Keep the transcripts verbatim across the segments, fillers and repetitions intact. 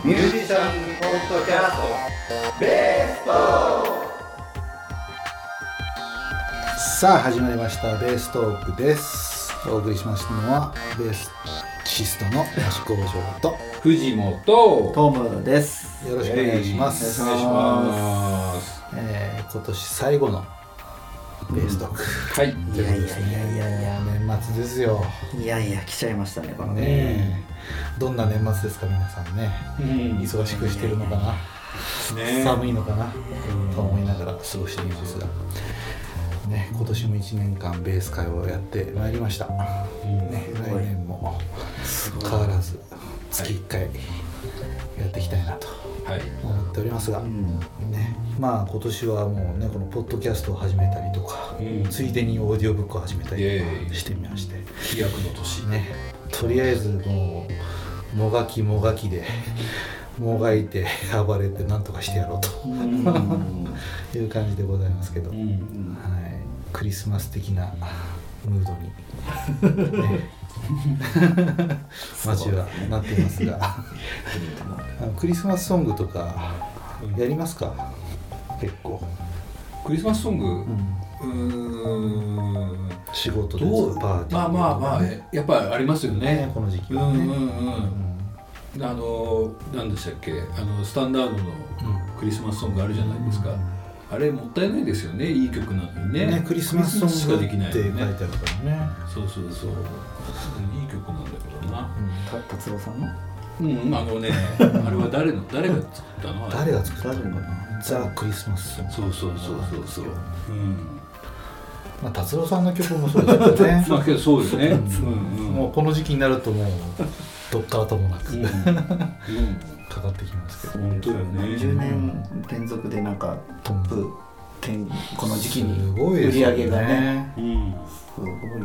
ミュージシャンポッドキャストベーストーク。 さあ始まりましたベーストークです。お送りしましたのはベースシストの益工場と藤本トムです。 よろしくお願いします。 お願いします。 えー、今年最後のベーストーク、 はい。 いやいやいやいやいや年末ですよ。 いやいや来ちゃいましたねこのね。 ねえどんな年末ですか皆さんね、 うん、 忙しくしてるのかな、 ね、 寒いのかな、うん、と思いながら過ごしていますが、ね、今年もいちねんかんベース会をやってまいりました、うんね、来年も変わらず月いっかいやっていきたいなと思っておりますが、はいね、まあ今年はもうねこのポッドキャストを始めたりとか、うん、ついでにオーディオブックを始めたりとかしてみまして、 飛躍の年ね、とりあえずもうもがきもがきでもがいて暴れてなんとかしてやろうという感じでございますけど、うんはい、クリスマス的なムードに、ね、街はなっていますがクリスマスソングとかやりますか？結構クリスマスソング、うんうーん仕事でパーティー、ね、 まあまあまあやっぱりありますよね、 ねこの時期はね、うんうんうんうん、あの何でしたっけあのスタンダードのクリスマスソングあるじゃないですか、うん、あれもったいないですよね。いい曲なのに ね, ねクリスマスソングしかできない、ね、 って書いてあるからね。 そうそうそういい曲なんだけどな、 うん、達郎さんのうんあのねあれは誰の誰が作ったの？ 誰が作ったのかな？ザ・クリスマスソング。 そうそうそうそうそう、うんまあ、達郎さんの曲もそうですよね。 まあけどそうですね、うんうん、もうこの時期になるともうどっからともなく、うん、かかってきますけど、 本当だよね。 じゅうねん連続でなんかトップじゅうこの時期に売り上げがね、 すごい、ねうん、すごい、うん、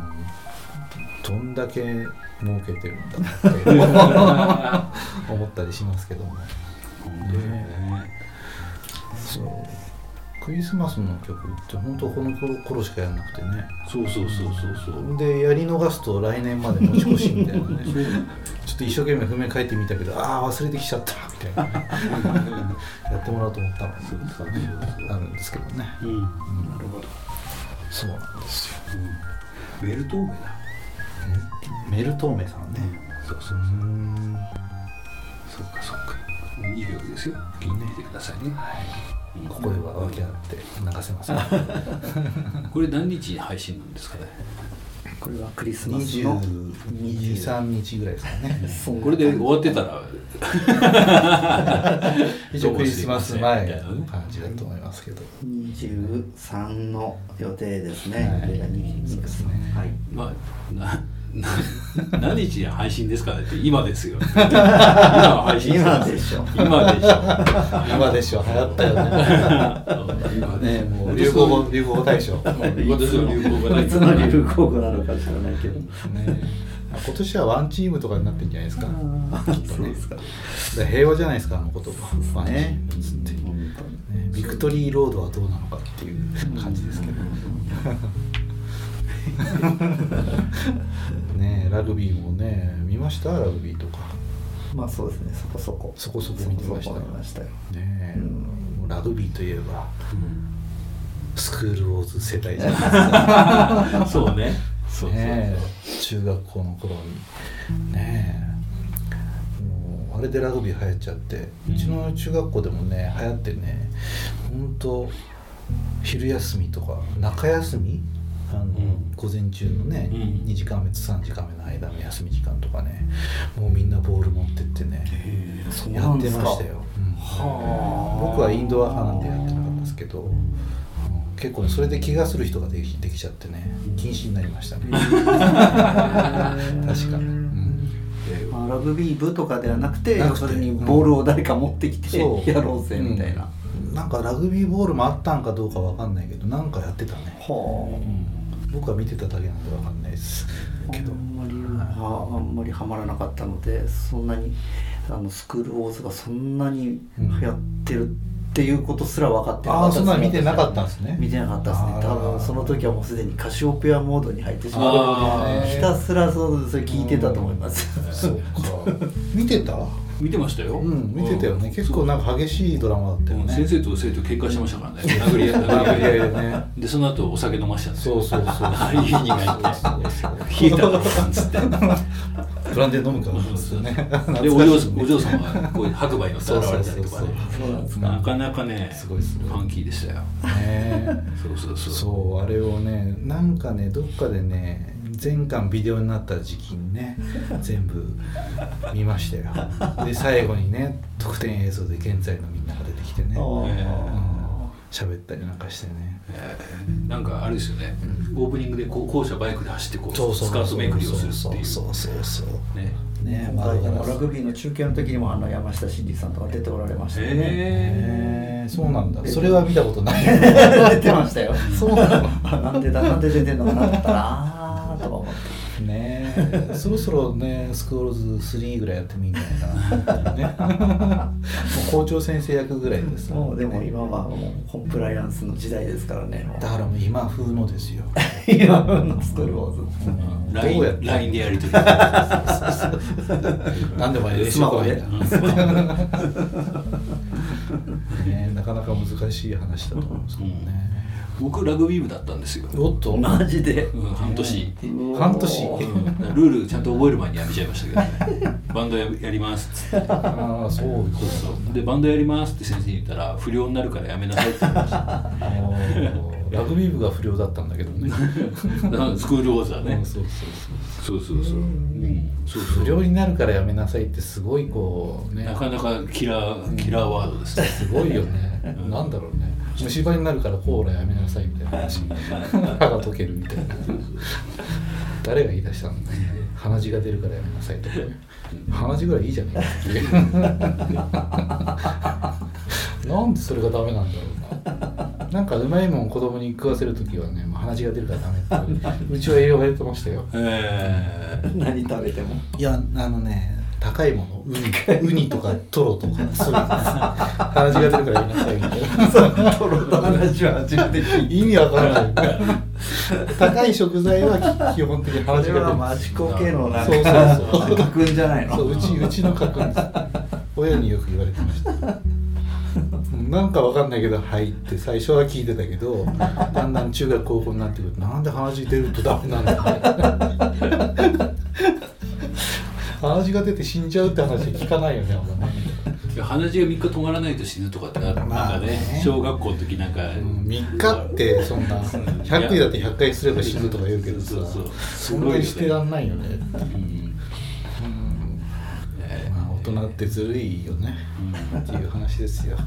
どんだけ儲けてるんだって思ったりしますけども、 本当だよね。 そうクリスマスの曲って本当この頃しかやらなくてね。 そうそうそうそうそうでやり逃すと来年まで持ち越しみたいなねちょっと一生懸命譜面書いてみたけどああ忘れてきちゃったみたいな、ね、やってもらおうと思ったのにあるんですけどね、うんうん、なるほどそうなんですよ、 うん、メルトーメだ、 うん、メルトーメさんね、 うん、そうそうそううんそうかそうかいい曲ですよ。聴いてみてくださいね、はいここでは分け合って流せます、ね、 これ何日に配信なんですかね？ これはクリスマスのにじゅうさんにちぐらいですかねこれで終わってたら一応クリスマス前の感じだと思いますけどにじゅうさんの予定ですね、はい、これがにじゅうにですね、はい、 まあなな何日配信ですかねって今ですよ今配信今でしょ今でしょ今でしょ流行ったよね今ねもう流行語流行語大賞私の流行語がいつの流行語なのか知らないけどね今年はワンチームとかになってるんじゃないですか。きっとねそうですか。 平和じゃないですかあの言葉ワンチームつって、 ね、 ビクトリーロードはどうなのかっていう感じですけどねラグビーもね見ました？ラグビーとかまあそうですねそこそこそこそこ見てました。 そこそこ見ましたよね、うん、ラグビーといえば、うん、スクールウォーズ世代じゃないですかそうねそうそうそうね中学校の頃にねもうあれでラグビー流行っちゃって、うん、うちの中学校でもね流行ってね本当昼休みとか中休みあの、うん、午前中のね、うん、にじかんめとさんじかんめの間の休み時間とかねもうみんなボール持ってってねやってましたよ、うん、は僕はインドア派なんでやってなかったですけど、うん、結構ねそれで気がする人ができ、できちゃってね禁止になりましたね確かに、うんまあ、ラグビー部とかではなくてそれにボールを誰か持ってきて、うん、やろうぜみたいな、 うん、なんかラグビーボールもあったんかどうかわかんないけどなんかやってたねはあ、うん僕は見てただけなんでわかんないですけどあんまり、 はあ、あんまりハマらなかったのでそんなにあのスクールウォーズがそんなに流行ってるっていうことすら分かってなかったです、ね、 ああそんな見てなかったんですね。 見てなかったですね。多分その時はもうすでにカシオペアモードに入ってしまってひたすらそうそれ聞いてたと思います。 そうか見てた見てましたよ。 うん見てたよね、結構なんか激しいドラマだったよね。 先生と生徒喧嘩してましたからね。殴り合い殴り合いでね。でその後お酒飲ましちゃって。 そうそうそう。 家に帰って冷えたからなんつって。 ブランデー飲むからですよね。 でお嬢お嬢様がこういう白馬に乗って現れたりとかね。なかなかねすごいすごいファンキーでしたよ。 ね。 そうそうそう。 そうあれをねなんかねどっかでね全巻ビデオになった時期にね全部見ましたよ。で最後にね特典映像で現在のみんなが出てきてね喋、うん、ったりなんかしてね、 えー、なんかあれですよね、うん、オープニングでこう校舎バイクで走ってこうそうそうスカートめくりをするっていうそうそうそうそうねね、まあ、ラグビーの中継の時にもあの山下真司さんとか出ておられましたよね。 へえー、そうなんだ。それは見たことない。 出てましたよ。 そうなの。 なんでだなんで出てんのかなと思ったらとか思って。 ねえ、そろそろねスクールズスリーぐらいやってもいいんじゃないかな、ね、もう校長先生役ぐらいですもうでも今はもうコンプライアンスの時代ですからね。 だからもう今風のですよ。 今風のスクールウォーズ、 うん、どうやってライン でやりとり何でもやりスマホでね、なかなか難しい話だと思うんですけどね、 うん、僕ラグビー部だったんですよ。 おっとマジで、 うん、半年半年、 うん、ルールちゃんと覚える前にやめちゃいましたけど、ね、バンド や, やりますっつって。 ああそういうことそうでバンドやりますって先生に言ったら不良になるからやめなさいって言いました。 ラグビー部が不良だったんだけどねスクールウォーズはね、 うん、そうそうそうそうそうそう、うん、そうそう不良になるからやめなさいってすごいこうねなかなかキラーキラーワードですね。 すごいよね、うん、なんだろうね虫歯になるからコーラやめなさいみたいな話歯が溶けるみたいな誰が言い出したのね鼻血が出るからやめなさいとか鼻血ぐらいいいじゃねえかってなんでそれがダメなんだろうな。なんかうまいもん子供に食わせるときはね鼻血が出るからダメってうちは栄養がやってましたよ。 えー、何食べてもいやあのね高いものウニ、ウニとかトロとかそういう鼻血が出るから言いなさいみたいな。 トロと話は初めて聞いて意味わからない高い食材は基本的に鼻血が出る。 マジコ系のなんかそうそうそう家訓じゃないの。 そううちうちの家訓です。親によく言われてました。なんかわかんないけど入って最初は聞いてたけどだんだん中学高校になってくるとなんで鼻血出るとダメなんだね鼻血が出て死んじゃうって話は聞かないよねあんまね。 鼻血がみっか止まらないと死ぬとかってなんかね、まあ、ね小学校の時なんか、うん、 みっかってそんなひゃっかいだってひゃっかいすれば死ぬとか言うけどさそうそうそんなにしてらんないよね、うん大人ってずるいよね、うん、っていう話ですよ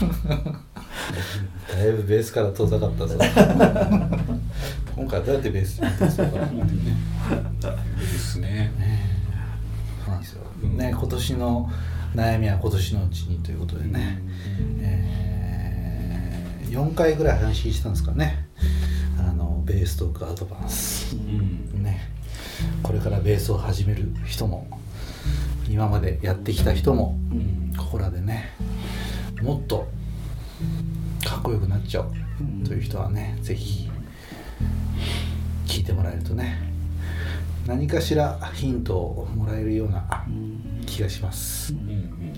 だいぶベースから遠ざかったぞ今回はどうやってベースに行ってそうかなっていうねですねそうなんですよ、うん、ね今年の悩みは今年のうちにということでね、うんえー、よんかいぐらい話したんですかねあのベーストークアドバンス、うんね、これからベースを始める人も今までやってきた人も、うん、ここらでねもっとかっこよくなっちゃおうという人はね、うん、ぜひ聞いてもらえるとね何かしらヒントをもらえるような気がします、うんうんね、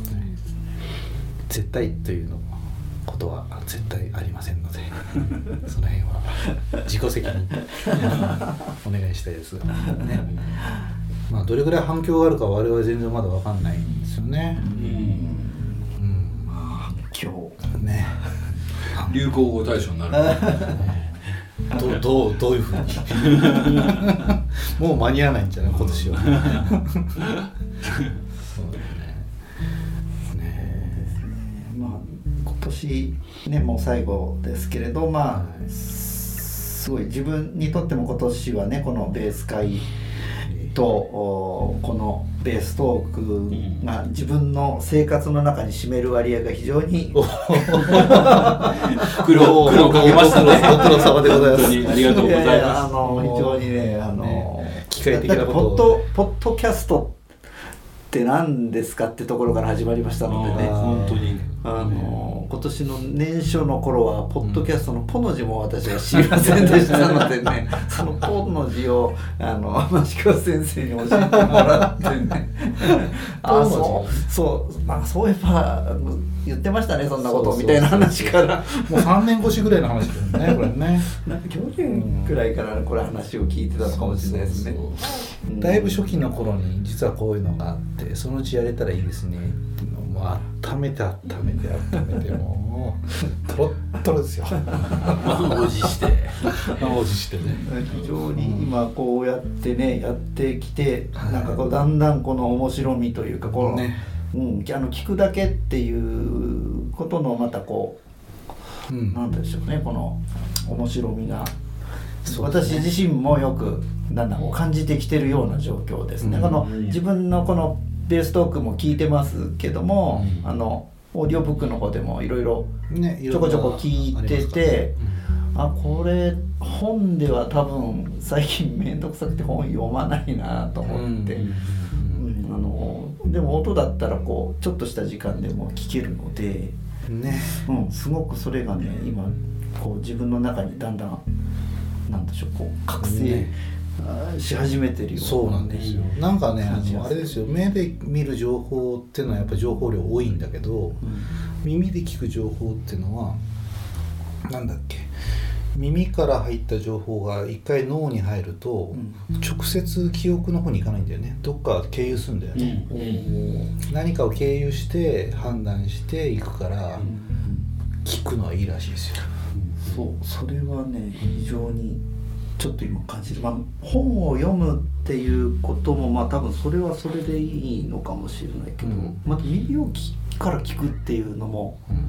絶対というのことは絶対ありませんのでその辺は自己責任お願いしたいですね。まあ、どれぐらい反響があるか我々全然まだ分かんないんですよね。うん、うん、 反響ね。 流行語大賞になる。 どうどうどういうふうにもう間に合わないんじゃない今年は。そうだね。 ねまあ今年ねもう最後ですけれどまあ、はい、すごい自分にとっても今年はねこのベース会とこのベーストークが自分の生活の中に占める割合が非常に苦労苦労かけましたね。 ご苦労様でございます。 本当にありがとうございます。 あの非常にねあの、ね、 機械的なことをポッドポッドキャストって何ですかってところから始まりましたのでね。 本当にあの今年の年初の頃はポッドキャストのポの字も私は知りませんでしたのでね、そのポの字をあの益川先生に教えてもらってねあそうそうまあそういえば言ってましたねそんなことみたいな話からもうさんねん越しぐらいの話だよねこれねなんか去年くらいからこれ話を聞いてたのかもしれないですね。 そうそうそう、だいぶ初期の頃に実はこういうのがあってそのうちやれたらいいですねっていうのをもう温めて温めて温めてもうトロットロですよ満を持して満を持してね非常に今こうやってねやってきて、なんかこうだんだんこの面白みというかこの、ねうん、あの聞くだけっていうことのまたこう、うん、なんでしょうねこの面白みが、ね、私自身もよくだんだん感じてきてるような状況ですね、うん、この自分のこのベーストークも聞いてますけども、うん、あのオーディオブックの方でもいろいろちょこちょこ聞いてて、あ、あこれ本では多分最近めんどくさくて本読まないなと思って、うんうん、あのでも音だったらこうちょっとした時間でも聞けるので、ねうん、すごくそれがね今こう自分の中にだんだんなんでしょうこう覚醒、ねし始めてるような、ね、 そうなんですよ。なんかねあのあれですよ、目で見る情報っていうのはやっぱ情報量多いんだけど、うん、耳で聞く情報っていうのはなんだっけ、耳から入った情報が一回脳に入ると、うん、直接記憶の方に行かないんだよね。どっか経由するんだよね、うん、何かを経由して判断していくから、うん、聞くのはいいらしいですよ、 うん、そう、それはね非常にちょっと今感じる、まあ、本を読むっていうこともまあ多分それはそれでいいのかもしれないけど、うん、また耳をから聞くっていうのも、うん、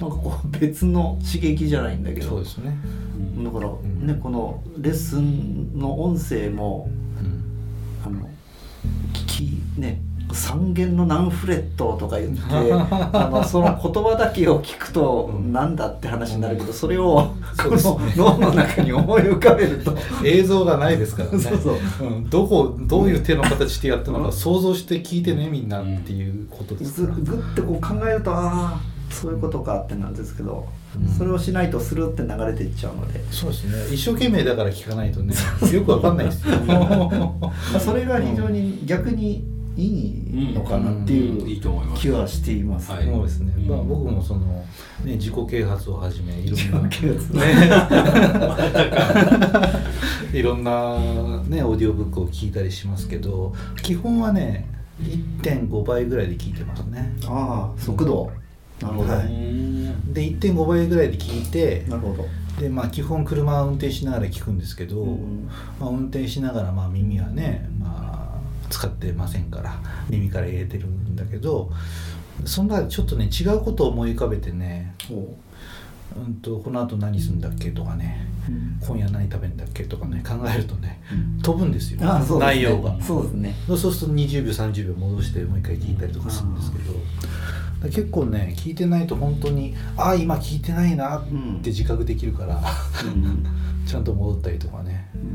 なんかこう別の刺激じゃないんだけど、 そうですね、 だからね、うん、このレッスンの音声も、うん、あの聞きね三弦の何フレットとか言ってあのその言葉だけを聞くとなんだって話になるけど、それをこの脳の中に思い浮かべると映像がないですからねそうそう、 うん、どこどういう手の形でやったのか想像して聞いてねみんなっていうことですから、 ぐぐってこう考えるとああそういうことかってなんですけど、うん、それをしないとスルって流れていっちゃうので、 そうですね、一生懸命だから聞かないとねよくわかんないですよそれが非常に逆にいいのかなっていう気はしています。 そうですね。まあ僕もそのね自己啓発をはじめいろんな啓発ねいろんなねオーディオブックを聞いたりしますけど、基本はね いってんご 倍ぐらいで聞いてますね。 ああ、速度。なるほど。はい、 で いってんご 倍ぐらいで聞いて、 なるほど。 でまあ基本車を運転しながら聞くんですけど、うん、まあ運転しながらまあ耳はねまあ使ってませんから耳から入れてるんだけど、その中でちょっとね違うことを思い浮かべてね、うんとこの後何するんだっけとかね、うん、今夜何食べるんだっけとかね考えるとね、うん、飛ぶんですよ。 ああ、そうですね、 内容が。 そうですね。 そうするとにじゅうびょうさんじゅうびょう戻してもう一回聞いたりとかするんですけど、うん、結構ね聞いてないと本当にああ今聞いてないなって自覚できるから、うん、ちゃんと戻ったりとかね、うん、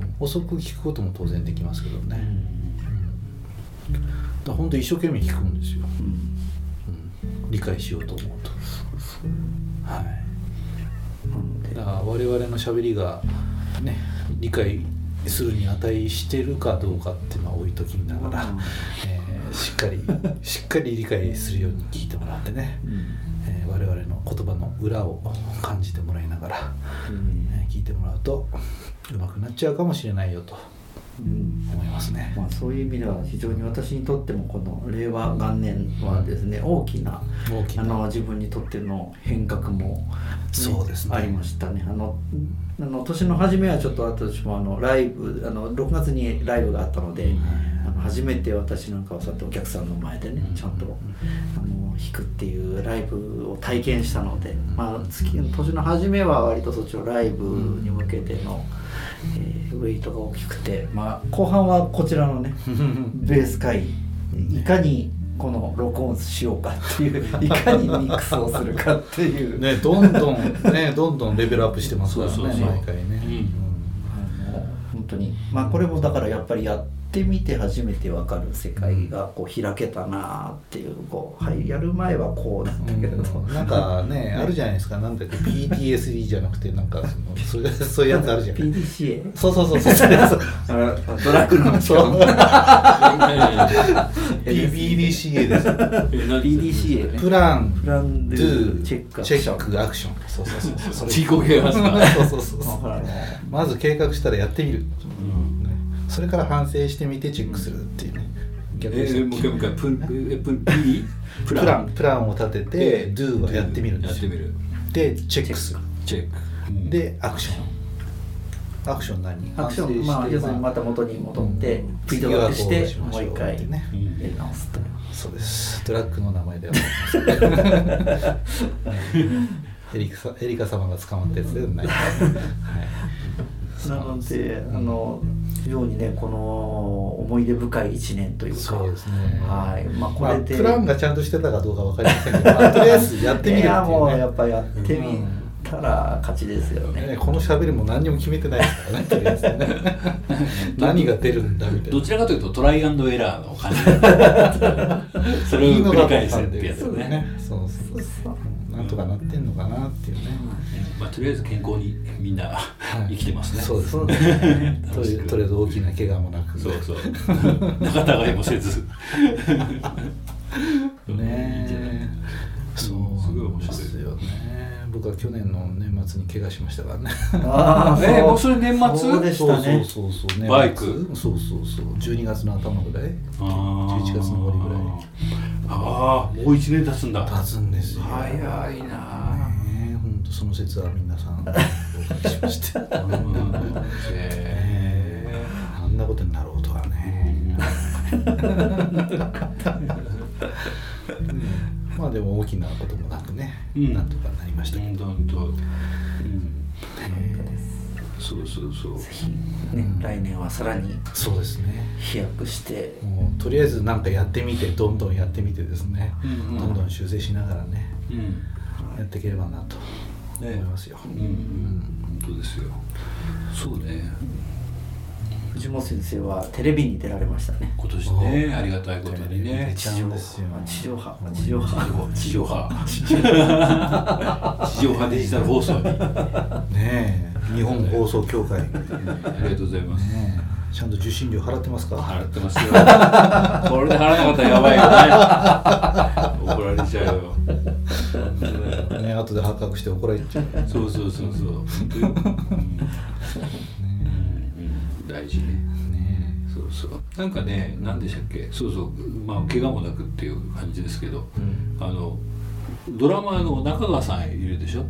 遅く聞くことも当然できますけどね、うん、だから本当一生懸命聞くんですよ、うんうん、理解しようと思うと、はい、だから我々の喋りがね理解するに値してるかどうかっていうのは置いときながら、うんえー、しっかりしっかり理解するように聞いてもらってね、うんえー、我々の言葉の裏を感じてもらいながら、うんえー、聞いてもらうとうまくなっちゃうかもしれないよと思いますね、 うんまあ、そういう意味では非常に私にとってもこの令和元年はですね、うん、大きな、大きなあの自分にとっての変革も、ね、 そうですね、 ありましたね。あのあの年の初めはちょっと私もあのライブあのろくがつにライブがあったので、うん、あの初めて私なんかはそうやってお客さんの前でね、うん、ちゃんと、うん、あの弾くっていうライブを体験したので、うん、まあ月年の初めは割とそっちのライブに向けての、うんえー、ウェイトが大きくて、まあ、後半はこちらのねベース回いかにこの録音しようかっていういかにミックスをするかっていうねどんどんねどんどんレベルアップしてますからね、そうそうそう毎回ね、うん、 あの本当にまあこれもだからやっぱりやってってみて初めて分かる世界がこう開けたなっていう、こう、はい、やる前はこうなんだけれど、 うん、なんかねあるじゃないですか、なんだっけ ピーティーエスディー じゃなくてなんかそのそういうそういうやつあるじゃんピーディーシーエーそうそうそうそうそうドラッグのそう ピービーディーシーエー ですえ何ピーディーシーエー ね、 プランプランドドゥチェックチェックアクション、そうそうそうそう自己啓発だそうそうそうそうほらね、 まず計画したらやってみる、 うんね、それから反省してみてチェックするっていうね、逆にえー、もう一回もう一回プンえプンププランプランを立てて、 で do はやってみるんですよ。 やってみるでチェックする。 チェック、うん、 でアクション。アクション何？ アクション、まあ要するにまた元に戻ってうんフィードバックして次はこうしましょうもう一回ねうんやり直すという。 そうです。ドラッグの名前ではエリカさエリカ様が捕まったやつではない。はい。 なので、あの非常にねこの思い出深い一年というか、 そうですね。 はい、まあこれで、 まあ、プランがちゃんとしてたかどうかわかりませんけど、まあ、とりあえずやってみるっていうね。 いやもうやっぱやってみたら勝ちですよね。 ね、この喋りも何にも決めてないですからね、とりあえずね。何が出るんだみたいな。 どちらかというとトライアンドエラーの感じそれを繰り返すってやつね。 そうそうそう。なんとかなってんのかなっていうね。 まあ、とりあえず健康にみんな、はい、生きてますね。 そうですね。とりあえず大きな怪我もなく。 そうそう。仲違いもせず。 ねえ。そう。 すごい面白いですよね。僕は去年の年末に怪我しましたからね。 ああ、 えー、もうそれ年末？ そうでしたね。 そうそうそう。 バイク？ そうそうそう。じゅうにがつの頭ぐらい。じゅういちがつの終わりぐらい。 ああ、もういちねん経つんだ。 経つんですよ。 早いな。 ねえ、本当その説は皆さんお聞きしました。あんなことになろうとはね。まあでも大きなこともなくね、うん、なんとかなりましたけど。 本当本当。うん。そうそうそう。 ぜひね、うん、来年はさらにそうですね。 飛躍して、 もうとりあえずなんかやってみて、どんどんやってみてですね、うんうん、どんどん修正しながらね、うん、やっていければなと思いますよ。 ね、うん、うん、本当ですよ。そうね。 藤本先生はテレビに出られましたね。 今年ね、ありがたいことにね。 地上ですよ。 地上波、地上波、 地上波、地上波デジタル放送に。 ねえ、日本放送協会。ありがとうございます。 ねえ、ちゃんと受信料払ってますか？ 払ってますよ。これで払わなかったらやばいよね。怒られちゃうよ。 ね、後で発覚して怒られちゃう。 そうそうそうそう。大事ね。ね、そうそう。なんかね、何でしたっけ、そうそう、まあ怪我もなくっていう感じですけど、うん、あのドラマーの中川さんいるでしょ。うん、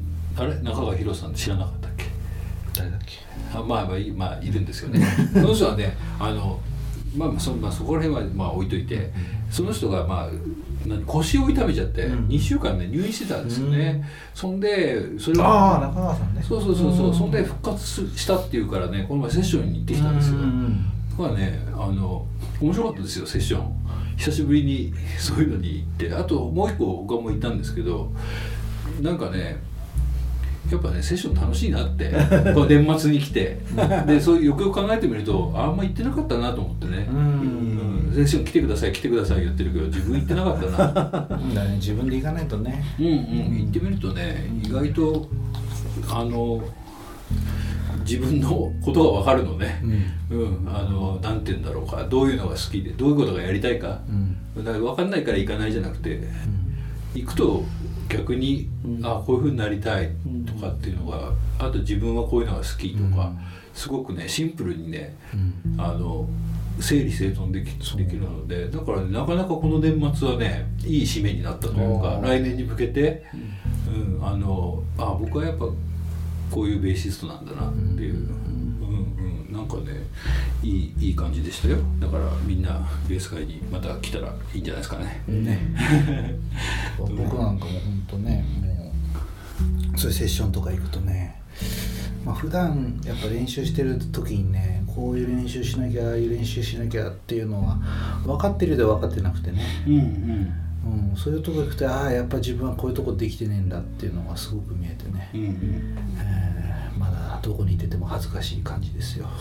あれ中川博さんって知らなかったっけ？ 誰だっけ？ あ、まあまあいまあいるんですよね。その人はね、あのまあそまあそこら辺はまあ置いといて、その人がまあ。腰を痛めちゃってにしゅうかんね入院してたんですよね、うん、そんでそれをああ中川さんねそうそうそうそう、うん、そんで復活したっていうからねこの前セッションに行ってきたんですよ、うん、だからねあの面白かったですよセッション久しぶりにそういうのに行ってあともう一個他も行ったんですけどなんかねやっぱねセッション楽しいなってこの年末に来てでそういうよくよく考えてみるとあんま行ってなかったなと思ってね、うんうん、セッション来てください来てください言ってるけど自分行ってなかったなだ、ね、自分で行かないとねうんうん行ってみるとね意外とあの自分のことが分かるのね、うんうん、あのなんて言うんだろうかどういうのが好きでどういうことがやりたいか、うん、だから分かんないから行かないじゃなくて、うん、行くと逆に、うん、あこういう風になりたいとかっていうのが、うん、あと自分はこういうのが好きとか、うん、すごくねシンプルにね、うん、あの整理整頓でき、できるのでだから、ね、なかなかこの年末はねいい締めになったというか来年に向けて、うんうん、あのあ僕はやっぱこういうベーシストなんだなっていう、うんうんうん、なんかねいい、いい感じでしたよだからみんなベース会にまた来たらいいんじゃないですかね。 ね僕なんかも本当ねもうそういうセッションとか行くとね、まあ、普段やっぱ練習してる時にねこういう練習しなきゃああいう練習しなきゃっていうのは分かってるようで分かってなくてね、うんうんうん、そういうとこ行くとああやっぱ自分はこういうとこできてねえんだっていうのがすごく見えてね、うんうんえーまだどこにいてても恥ずかしい感じですよ。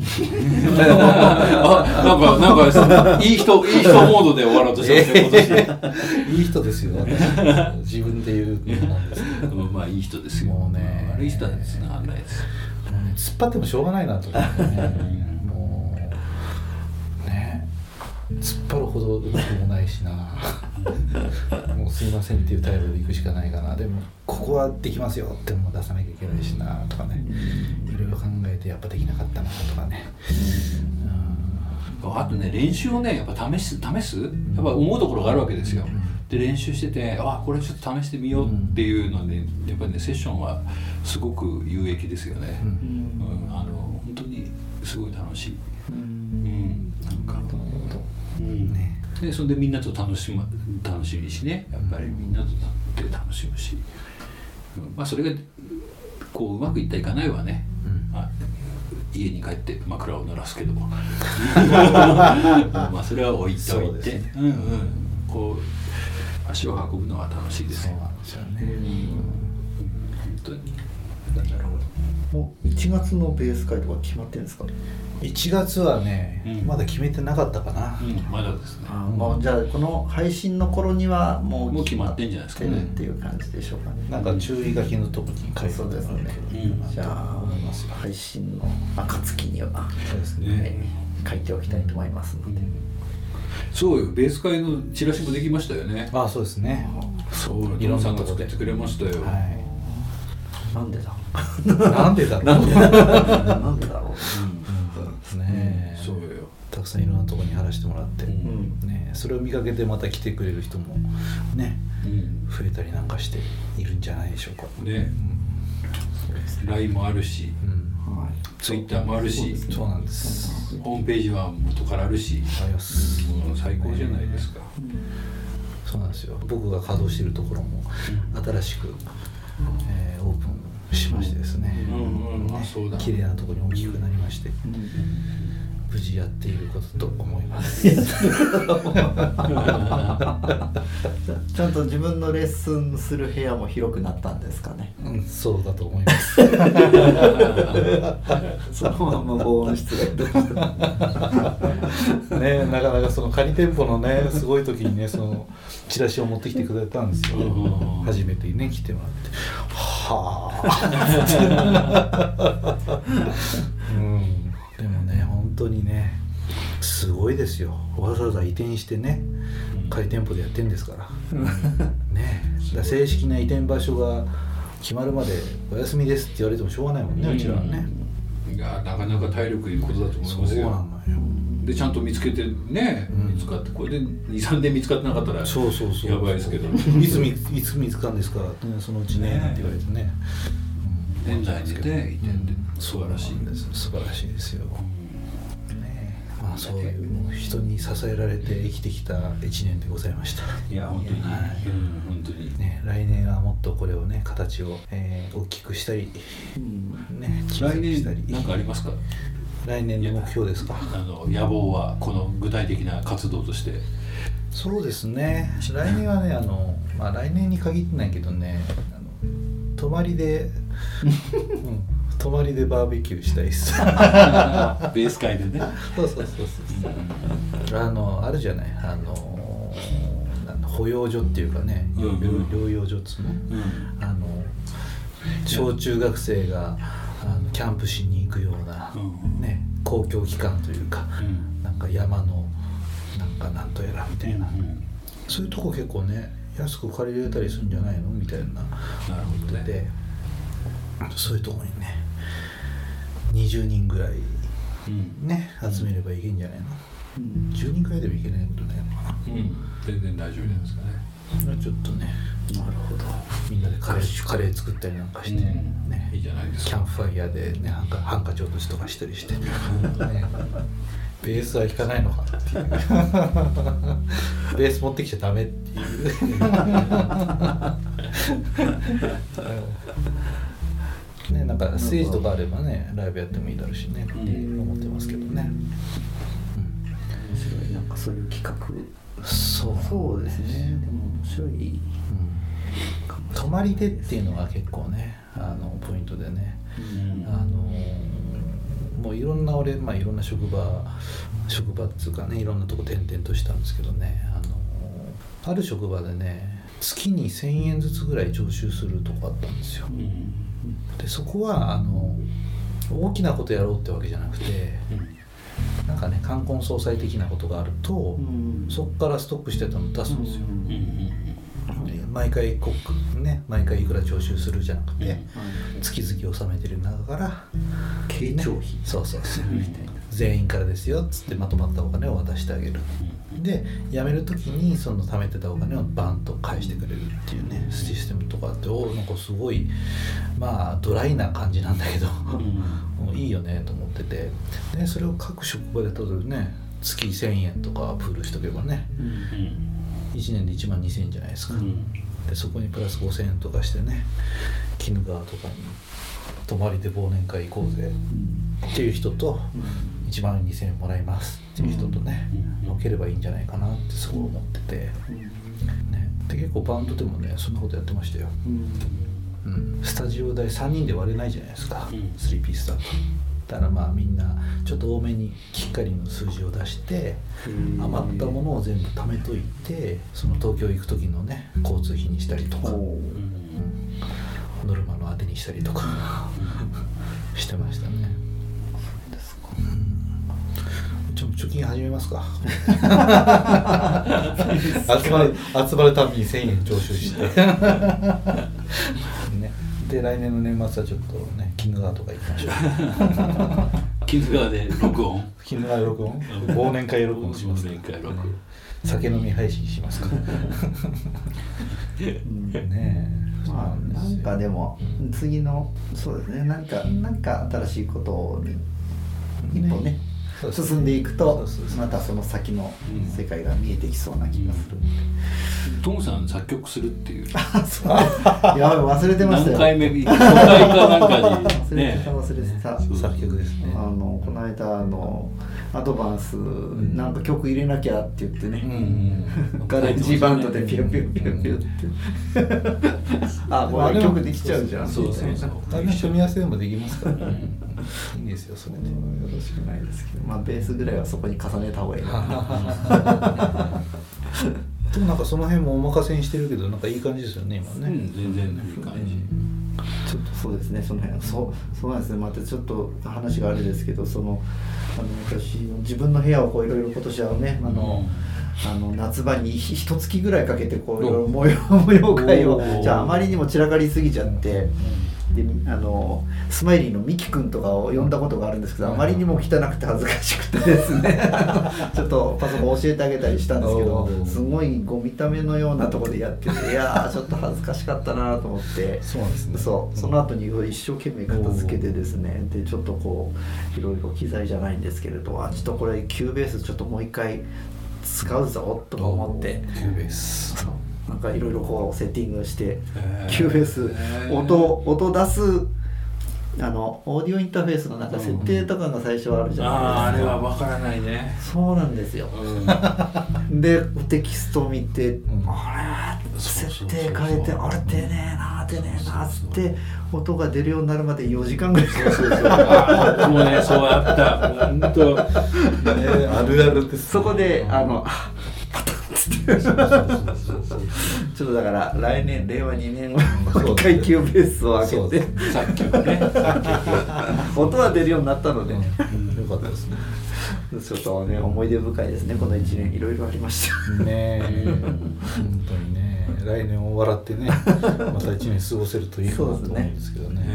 あ、なんかなんかいい人いい人モードで終わろうとしてますね、今年。 いい人ですよ、自分で言うのなんですけど、 まあいい人ですよ。 もうね、 悪い人なんですね、あんないです。 もうね、突っ張ってもしょうがないなと思ってね、もうね、突っ張るほどうまくもないしな、もうすいませんっていう態度で行くしかないかな。でもここはできますよっても出さなきゃいけないしなとかね、いろいろ考えてやっぱできなかったなとかね、うん、 あとね、練習をねやっぱ試す試すやっぱ思うところがあるわけですよ。で練習してて、あ、これちょっと試してみようっていうので、やっぱりねセッションはすごく有益ですよね。うん、うん、あの本当にすごい楽しい。うん、なんか、うんね、でそれでみんなと楽しま楽しみしね、やっぱりみんなとって楽しむし、うん、まあそれがこううまくいったいかないはね、うん、まあ、家に帰って枕を鳴らすけどまあそれは置いておいて、ね、うんうん、こう足を運ぶのは楽しいですよ。 そうなんですよね。うん、 本当に。なるほど。もういちがつのベース会とか決まってるんですか？ いちがつはね、うん、まだ決めてなかったかな。 うん、まだですね。 あ、もうじゃあこの配信の頃にはもうもう決まってんじゃないですかねっていう感じでしょうかね。 なんか注意書きのとこに書いてあるので、 うん、じゃあ配信の暁にはそうですね、 はい、書いておきたいと思いますので。うん、 そうよ、ベース会のチラシもできましたよね。 ああ、そうですね。 そう、いろんなとこで作ってくれましたよ。はい、 なんでだ。 なんでだろう。 なんでだろう。なんでだろう。 うん、ね、 そうよ。 たくさんいろんなところに貼らせてもらって、うん、ね、それを見かけてまた来てくれる人もね、うん、増えたりなんかしているんじゃないでしょうか。ね、 うん、ライン もあるし、うん、はい、ツイッターもあるし、 そうなんです。 ホームページは元からあるし、 あります。 もう最高じゃないですか。 うん、そうなんですよ。僕が稼働しているところも新しく、えー、オープンしましてですね、綺麗なところに大きくなりまして、うん、無事やっていることと思います。 ちゃんと自分のレッスンする部屋も広くなったんですかね。 うん、そうだと思います。 そのまま防音室がね、なかなかその仮店舗のね、すごい時にね、そのチラシを持ってきてくれたんですよ。初めてね来てもらって、はあ。うん、でもね、本当にね、すごいですよ。わざわざ移転してね、仮店舗でやってんですから。ね、だ正式な移転場所が決まるまでお休みですって言われてもしょうがないもんね、うちらはね。 いや、なかなか体力いることだと思いますよ。 そうなのよ。 でちゃんと見つけてね、見つかって、これでにさんねん見つかってなかったらそうそうそう、 やばいですけど、 いつみいつ見つかるんですか、ね、そのうちねって言われてね、 年内にね移転で素晴らしいです。素晴らしいですよ。ね、まあそういうもう人に支えられて生きてきたいちねんでございました。 いや本当に、はい、うん、本当にね、来年はもっとこれをね、形を、えー、大きくしたり、うん、ね、 来年何かありますか？ 来年の目標ですか？ あの野望はこの具体的な活動として。 そうですね、来年はね、あの、まあ、来年に限ってないけどね、あの泊まりで、うん、泊まりでバーベキューしたいですベース会でね。 そうそうそうそう、あのあるじゃない、あの保養所っていうかね、うんうん、療養所っつうの、うん、あの小中学生があのキャンプしに行くような、うんね、公共機関というか、うん、なんか山のなんかなんとやらみたいな、うん、そういうとこ結構ね、安く借りれたりするんじゃないのみたいなことで、ね、そういうとこにねにじゅうにんぐらいね、うん、集めればいけんじゃないの、うん、じゅうにんぐらいでもいけないことないのかな、 うん、全然大丈夫ですかね。 ちょっとね、 なるほど、 みんなでカレー、カレー作ったりなんかして、うんね、いいじゃないですか。 キャンプファイヤーでね、ハンカ、ハンカチ落としとかしたりして、ね、ベースは弾かないのかっていうベース持ってきちゃダメっていうね、なんかステージとかあればね、ライブやってもいいだろうしねって思ってますけどね、 うん、面白い、なんかそういう企画、 そうそうですね、でも面白い、 うん、泊まりでっていうのが結構ねあのポイントでね、うん、あのもういろんな俺、まあ、いろんな職場職場っていうかねいろんなとこ転々としたんですけどね、あのある職場でね月にせんえんずつぐらい徴収するとこあったんですよ、うん、でそこはあの大きなことやろうってわけじゃなくて、うん、なんかね冠婚葬祭的なことがあると、うん、そこからストックしてたの出すんですよ、うん、毎回こう、ね、毎回いくら徴収するじゃなくて、うん、月々納めてる中から経徴費、ね、 そうそうそうみたいな全員からですよっつってまとまったお金を渡してあげる、うん、で辞める時にその貯めてたお金をバンと返してくれるっていうねシステムとかあって、おなんかすごいまあドライな感じなんだけど、うん、もういいよねと思ってて、でそれを各職場で例えばね月せんえんとかプールしとけばね、うん、いちねんでいちまんにせんえんじゃないですか、うん、でそこにプラスごせんえんとかしてね鬼怒川とかに泊まりで忘年会行こうぜっていう人と、いちまんにせんえんもらいますっていう人とね、分ければいいんじゃないかなってすごい思ってて、ね、で結構バンドでもねそんなことやってましたよ、うん、スタジオ代さんにんで割れないじゃないですか、スリーピースだと。だからまあみんなちょっと多めにしっかりの数字を出して余ったものを全部貯めといて、その東京行く時のね交通費にしたりとか、うん、ノルマの当てにしたりとかしてましたね。そうですか、うん、ちょ貯金始めますか集まる集まるたびにせんえん徴収してね、で来年の年末はちょっとね鬼怒川とか行きましょう鬼怒川で録音鬼怒川で録音忘年会録音します、ね、酒飲み配信しますからねえ、 まあなんかでも次のそうですねなんかなんか新しいことに一歩ね、ね進んでいくとまたその先の世界が見えてきそうな気がする、 うん、トムさん作曲するっていうあそうやばい忘れてましたよ。 何回目ごかいかなんかに忘れてた忘れてた、 ね、作曲ですね。 あのこの間あのアドバンス、うん、なんか曲入れなきゃって言ってね、うん、ガレッジバンドでピュピュピュピュってあもう曲できちゃうじゃん。 そうそうそうあれ組み合わせでもできますからねいいんですよそれで、ね、 よろしくないですけど、まあベースぐらいはそこに重ねた方がいいなでもなんかその辺もお任せにしてるけどなんかいい感じですよね今ね、 うん、全然いい感じ、 ちょっとそうですねその辺そうそうなんですね。またちょっと話があれですけどそのあの私自分の部屋をこういろいろ今年はねあの、うん、あの夏場にひとつきぐらいかけてこういろいろ模様模様替えをじゃああまりにも散らかりすぎちゃって。うんであのスマイリーのミキ君とかを呼んだことがあるんですけど、あまりにも汚くて恥ずかしくてですねちょっとパソコン教えてあげたりしたんですけどすごいご見た目のようなところでやってていやーちょっと恥ずかしかったなと思ってそうですね。 そうその後に一生懸命片付けてですねでちょっとこういろいろ機材じゃないんですけれどあちょっとこれキューベースちょっともう一回使うぞとか思ってキューベースなんかいろいろこうセッティングしてキューベース音音出すあのオーディオインターフェースのなんか設定とかが最初はあるじゃないですか、うん、 あ, あれは分からないね。 そうなんですよ、うん、でテキスト見て、うん、あれ設定変えてあれ出ねえな出ねえなっつって音が出るようになるまでよじかんぐらいそうそうそうあもうねそうあった本当、 ね、あるあるです、ね、 そこであのパタンつってちょっとだから来年令和にねんはもう一回キューベースを開けて作曲ね音は出るようになったので、うん、よかったですね。 ちょっとね思い出深いですねこのいちねんいろいろありましたねえ本当にね来年を笑ってねまたいちねん過ごせるといいかなと思うんですけどね。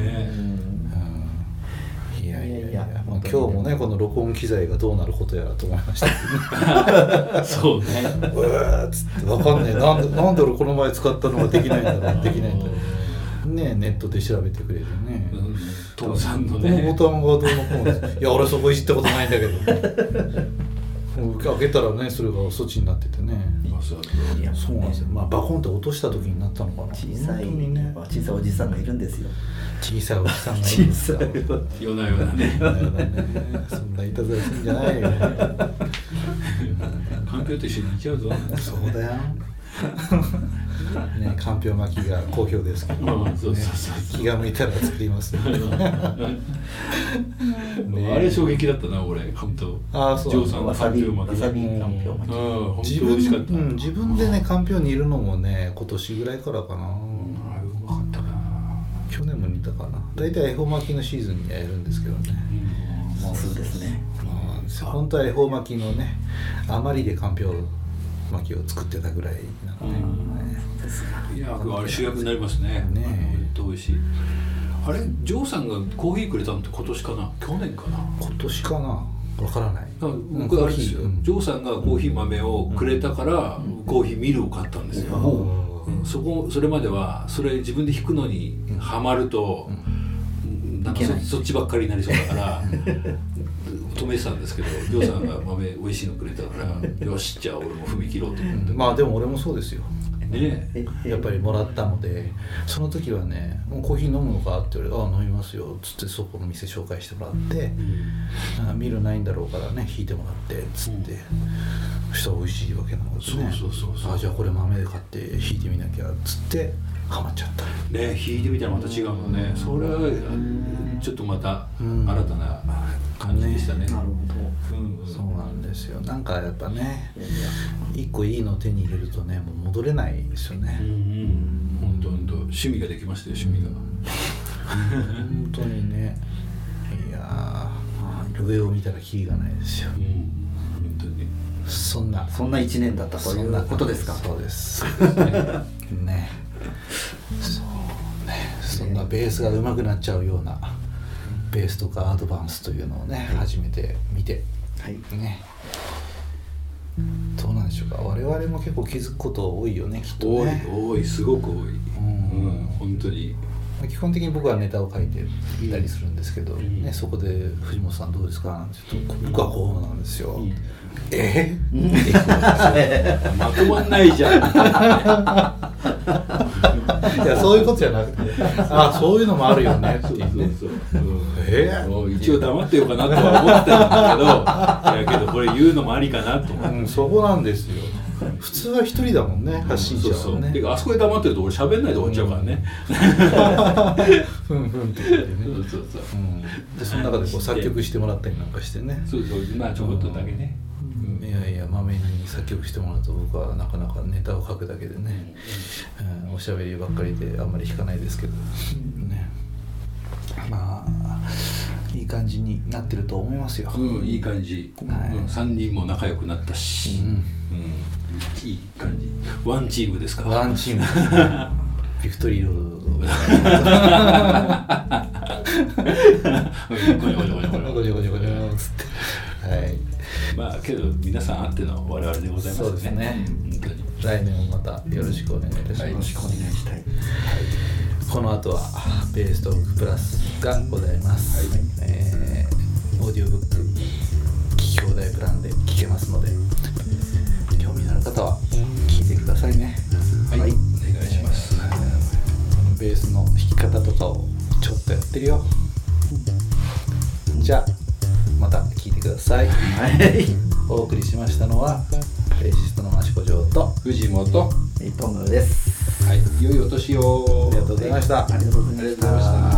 いやいやいや、まあ、今日もねこの録音機材がどうなることやらと思いましたけどねそうねうわーっつって分かんねえなんでなんで俺この前使ったのができないんだろうできないんだろうねネットで調べてくれるね、うん、 トムさんのねこのボタンがどうのこうのですいや俺そこいじったことないんだけど開けたらねそれが措置になっててねいやそうなんですよ、まあ、バコンって落とした時になったのかな小さい、ね、小さいおじさんがいるんですよ小さいおじさんがいるんですよ夜な夜なね夜な夜なねそんないたずらするんじゃないよね環境と一緒にいっちゃうぞそうだよね、かんぴょう巻きが好評ですけど、 うんそうそうそうね、気が向いたら作りますよね。ねあれ衝撃だったな俺本当。 ああそう。 ジョーさんのかんぴょう巻きわさびかんぴょう巻き、 うん本当自美味しかった。 分、うん、自分でねかんぴょう煮るのもね今年ぐらいからかな、 あれうまかったな。 去年も煮たかな。大体恵方巻きのシーズンにやるんですけどね、 もうすぐですね。 そうなんですよ。本当は恵方巻きのね余りでかんぴょう巻きを作ってたぐらいなので、ね、 いやあれ主役になりますね。 ね本当美味しい。あれジョーさんがコーヒーくれたのって今年かな去年かな。 今年かなわからない。 あ僕あれですよ、 うんジョーさんがコーヒー豆をくれたから、うん、コーヒーミルを買ったんですよ、うん、そこそれまではそれ自分で引くのにハマると、うん、なんか そ, そっちばっかりになりそうだから止めてたんですけどジョーさんが豆美味しいのくれたからよしじゃあ俺も踏み切ろうと思って、 うん、まあでも俺もそうですよね、 やっぱりもらったのでその時はね「もうコーヒー飲むのか?」って言われて「ああ飲みますよ」っつってそこの店紹介してもらって「ミルないんだろうからね引いてもらって」っつって、うん、そしたら美味しいわけなのでねそうそうそうそう。 あじゃあこれ豆で買って引いてみなきゃっつってハマっちゃったね引いてみたらまた違うのね。それはちょっとまた新たな感じでしたね。 なるほど、 うんうん、 そうなんですよ。なんかやっぱね一個いいの手に入れるとねもう戻れないですよね。 うんうん、本当本当趣味ができましたよ趣味が。 本当にねいやー上を見たらキリがないですよ。 うん、本当に。 そんなそんな一年だったということですか。 そうですね。そうね。そんなベースが上手くなっちゃうようなベースとかアドバンスというのをね初めて見て、 はいね。どうなんでしょうか。我々も結構気づくこと多いよねきっとね。 多い多いすごく多い。 うん、 うん、本当に。 基本的に僕はネタを書いていたりするんですけど、 うんね、そこで「藤本さんどうですか?」なんて言うと「僕はこうなんですよ」 うんえー、まとまんないじゃんいやそういうことじゃなくて「あそういうのもあるよね」って言ってねそうそうそう、うんえー、一応黙ってようかなとは思ってたんだけどいやけどこれ言うのもありかなと思って、 うん、そこなんですよ。普通は一人だもんね発信者はね。 そうそうてかあそこで黙ってると俺喋んないで終わっちゃうからね、 ふんふんって言ってね。 そうそうそう、 うん、でその中でこう作曲してもらったりなんかしてね。 そうそうまあちょこっとだけね、 うん、いやいやまめに作曲してもらうと僕はなかなかネタを書くだけでね、うん、おしゃべりばっかりであんまり弾かないですけど、ね、まあいい感じになってると思いますよ。 うん、いい感じ、 はいうん、さんにんも仲良くなったし、 うんうん、いい感じワンチームですか。 ワンチームビクトリーロードゴニョゴニョゴニョゴニョゴジョゴジョゴジョつってはいまあけど皆さんあっての我々でございますね。 そうですね。 本当に来年もまたよろしくお願いいたします。 はいよろしくお願いしたい。 この後はベーストークプラスがございます、はいえー、オーディオブック聞き放題プランで聞けますので興味のある方は聞いてくださいね。 はい、はい、お願いします、 えー、ベースの弾き方とかをちょっとやってるよ。じゃあまた聞いてください。 はいお送りしましたのはベーシストの益子城と藤本、 トングです。 はい、良いお年を。 ありがとうございました。 ありがとうございました。